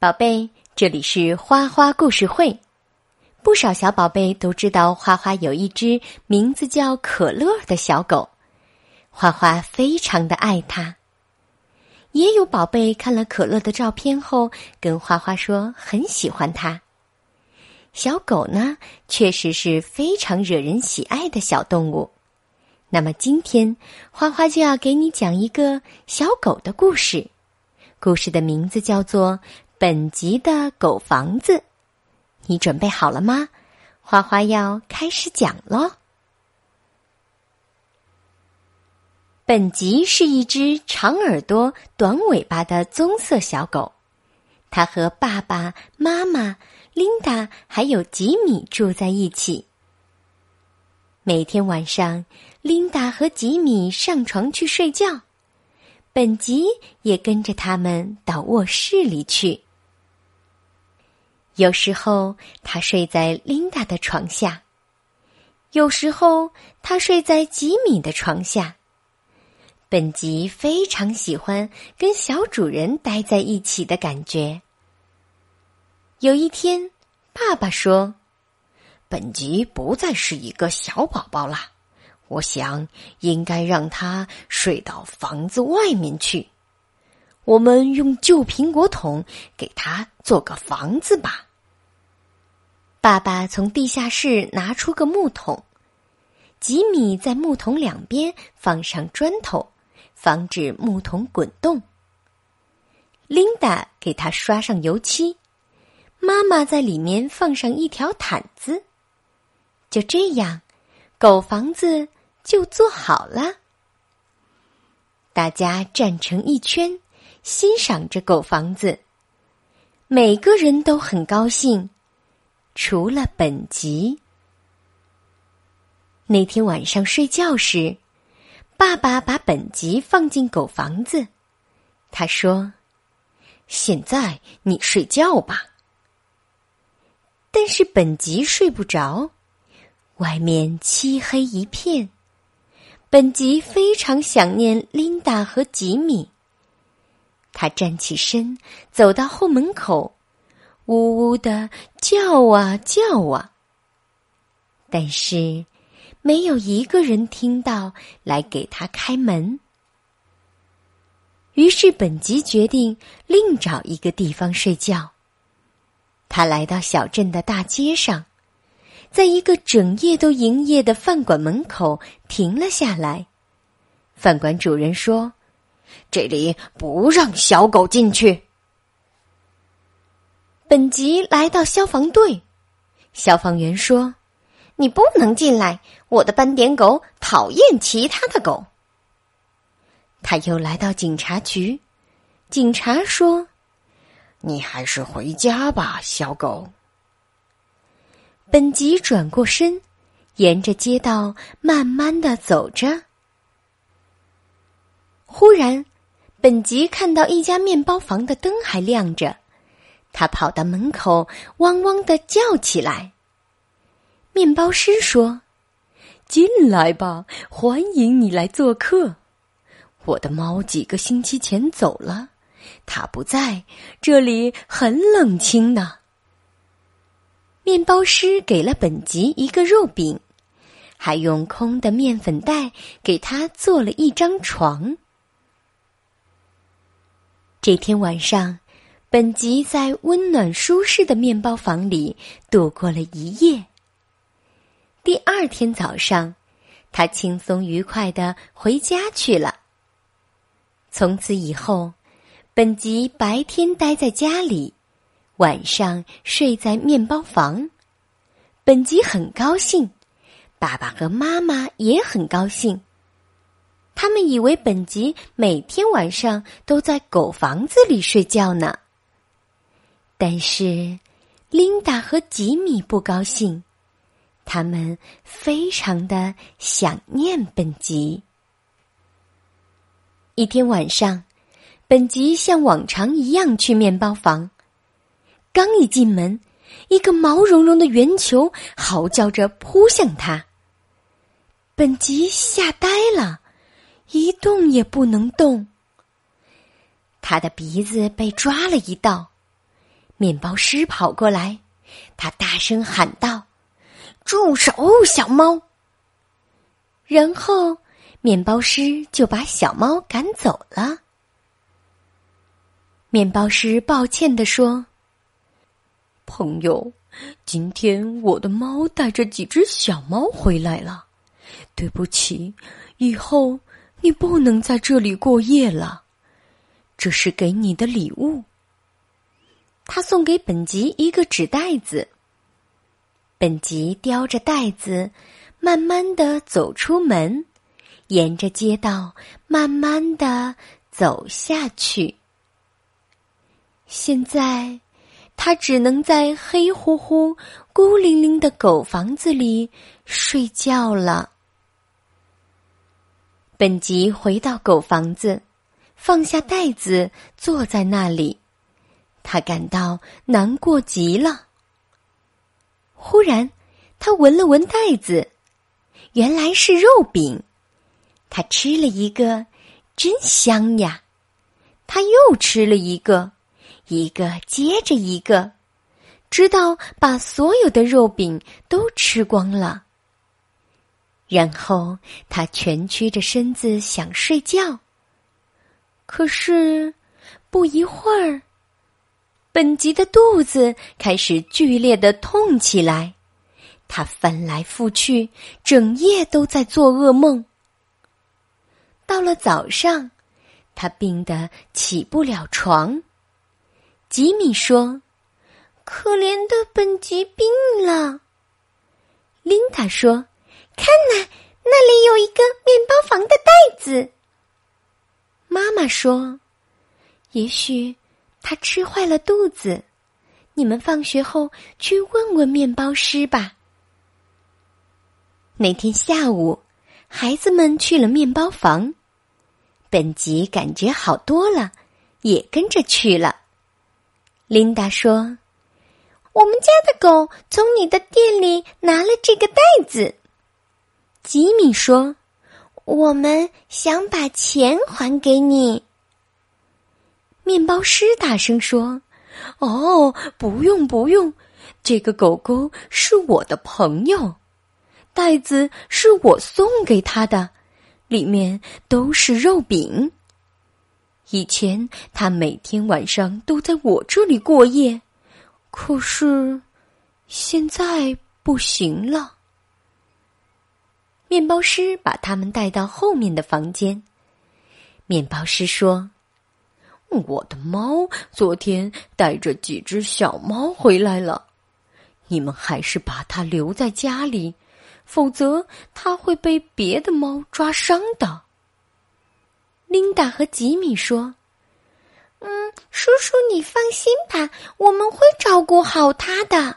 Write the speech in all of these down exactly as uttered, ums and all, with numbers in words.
宝贝，这里是花花故事会。不少小宝贝都知道花花有一只名字叫可乐的小狗，花花非常的爱它。也有宝贝看了可乐的照片后跟花花说很喜欢它。小狗呢，确实是非常惹人喜爱的小动物。那么今天花花就要给你讲一个小狗的故事，故事的名字叫做本集的狗房子。你准备好了吗？花花要开始讲咯。本集是一只长耳朵短尾巴的棕色小狗，它和爸爸妈妈琳达还有吉米住在一起。每天晚上琳达和吉米上床去睡觉，本吉也跟着他们到卧室里去。有时候他睡在琳达的床下，有时候他睡在吉米的床下。本吉非常喜欢跟小主人待在一起的感觉。有一天，爸爸说：“ 本吉不再是一个小宝宝了，我想应该让他睡到房子外面去。我们用旧苹果桶给他做个房子吧。” 爸爸从地下室拿出个木桶，吉米在木桶两边放上砖头，防止木桶滚动。琳达给他刷上油漆，妈妈在里面放上一条毯子。就这样，狗房子就做好了。大家站成一圈，欣赏着狗房子，每个人都很高兴，除了本吉。那天晚上睡觉时，爸爸把本吉放进狗房子，他说：“ 现在你睡觉吧。” 但是本吉睡不着，外面漆黑一片，本吉非常想念琳达和吉米。他站起身，走到后门口，呜呜地叫啊叫啊，但是没有一个人听到来给他开门。于是本吉决定另找一个地方睡觉。他来到小镇的大街上，在一个整夜都营业的饭馆门口停了下来。饭馆主人说：“ 这里不让小狗进去。” 本吉来到消防队，消防员说：“你不能进来，我的斑点狗讨厌其他的狗。”他又来到警察局，警察说：“ 你还是回家吧，小狗。” 本吉转过身，沿着街道慢慢地走着。忽然，本吉看到一家面包房的灯还亮着，他跑到门口，汪汪地叫起来。面包师说：“ 进来吧，欢迎你来做客。我的猫几个星期前走了，它不在，这里很冷清的。” 面包师给了本吉一个肉饼，还用空的面粉袋给他做了一张床。这天晚上，本吉在温暖舒适的面包房里度过了一夜。第二天早上，他轻松愉快地回家去了。从此以后，本吉白天待在家里，晚上睡在面包房。本吉很高兴，爸爸和妈妈也很高兴。他们以为本吉每天晚上都在狗房子里睡觉呢。但是琳达和吉米不高兴，他们非常的想念本吉。一天晚上，本吉像往常一样去面包房，刚一进门，一个毛茸茸的圆球嚎叫着扑向他。本吉吓呆了，一动也不能动。他的鼻子被抓了一道， 面包师跑过来，他大声喊道：“住手，小猫！”然后面包师就把小猫赶走了。面包师抱歉地说：“ 朋友，今天我的猫带着几只小猫回来了，对不起，以后你不能在这里过夜了，这是给你的礼物。” 他送给本吉一个纸袋子。本吉叼着袋子，慢慢地走出门，沿着街道慢慢地走下去。现在，他只能在黑乎乎、孤零零的狗房子里睡觉了。本吉回到狗房子，放下袋子，坐在那里。他感到难过极了。忽然，他闻了闻袋子，原来是肉饼。他吃了一个，真香呀！他又吃了一个，一个接着一个，直到把所有的肉饼都吃光了。然后他蜷曲着身子想睡觉，可是不一会儿，本吉的肚子开始剧烈地痛起来，他翻来覆去，整夜都在做噩梦。到了早上，他病得起不了床。吉米说：“可怜的本吉病了。”琳达说：“看呐，那里有一个面包房的袋子。”妈妈说：“也许他吃坏了肚子，你们放学后去问问面包师吧。”那天下午，孩子们去了面包房，本吉感觉好多了，也跟着去了。琳达说：“我们家的狗从你的店里拿了这个袋子。”吉米说：“我们想把钱还给你。”面包师大声说：“ 哦，不用不用，这个狗狗是我的朋友，袋子是我送给他的，里面都是肉饼。以前他每天晚上都在我这里过夜，可是现在不行了。” 面包师把他们带到后面的房间。面包师说：“ 我的猫昨天带着几只小猫回来了，你们还是把它留在家里，否则它会被别的猫抓伤的。” 琳达和吉米说：“嗯，叔叔你放心吧，我们会照顾好它的。”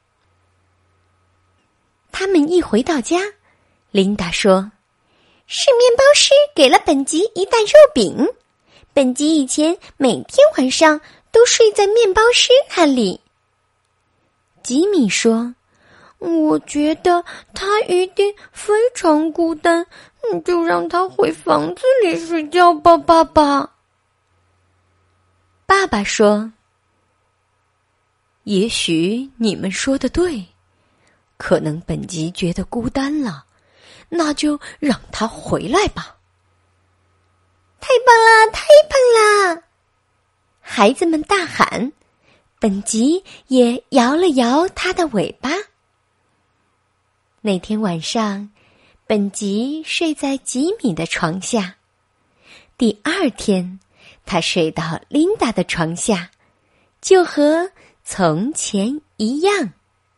他们一回到家，琳达说：“是面包师给了本吉一袋肉饼。本吉以前每天晚上都睡在面包师那里。”吉米说：“我觉得他一定非常孤单，就让他回房子里睡觉吧，爸爸。”爸爸说：“ 也许你们说的对，可能本吉觉得孤单了，那就让他回来吧。” 太棒了，太棒了！孩子们大喊，本吉也摇了摇他的尾巴。那天晚上，本吉睡在吉米的床下。第二天，他睡到琳达的床下，就和从前一样。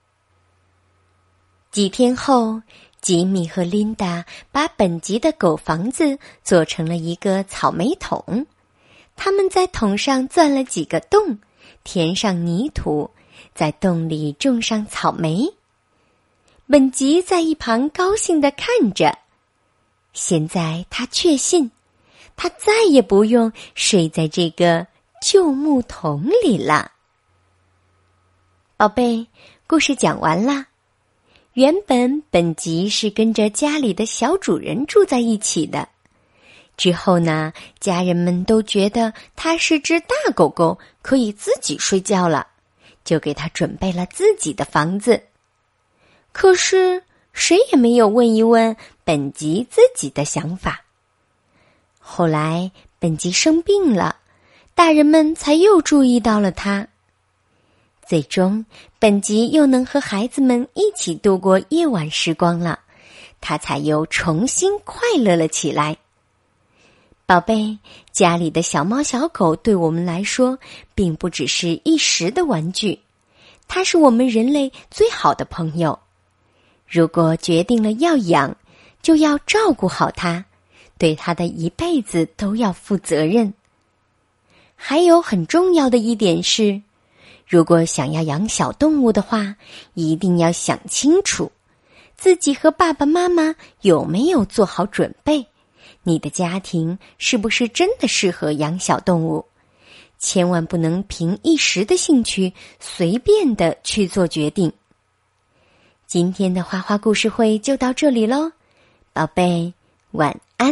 几天后，吉米和琳达把本吉的狗房子做成了一个草莓桶，他们在桶上钻了几个洞，填上泥土，在洞里种上草莓。本吉在一旁高兴地看着。现在他确信，他再也不用睡在这个旧木桶里了。宝贝，故事讲完啦。原本本吉是跟着家里的小主人住在一起的，之后呢，家人们都觉得它是只大狗狗，可以自己睡觉了， 就给他准备了自己的房子。可是谁也没有问一问本吉自己的想法。后来本吉生病了，大人们才又注意到了他。最终本吉又能和孩子们一起度过夜晚时光了，他才又重新快乐了起来。宝贝，家里的小猫小狗对我们来说并不只是一时的玩具，它是我们人类最好的朋友。如果决定了要养，就要照顾好它，对它的一辈子都要负责任。还有很重要的一点是，如果想要养小动物的话，一定要想清楚，自己和爸爸妈妈有没有做好准备，你的家庭是不是真的适合养小动物？千万不能凭一时的兴趣随便的去做决定。今天的花花故事会就到这里咯，宝贝，晚安。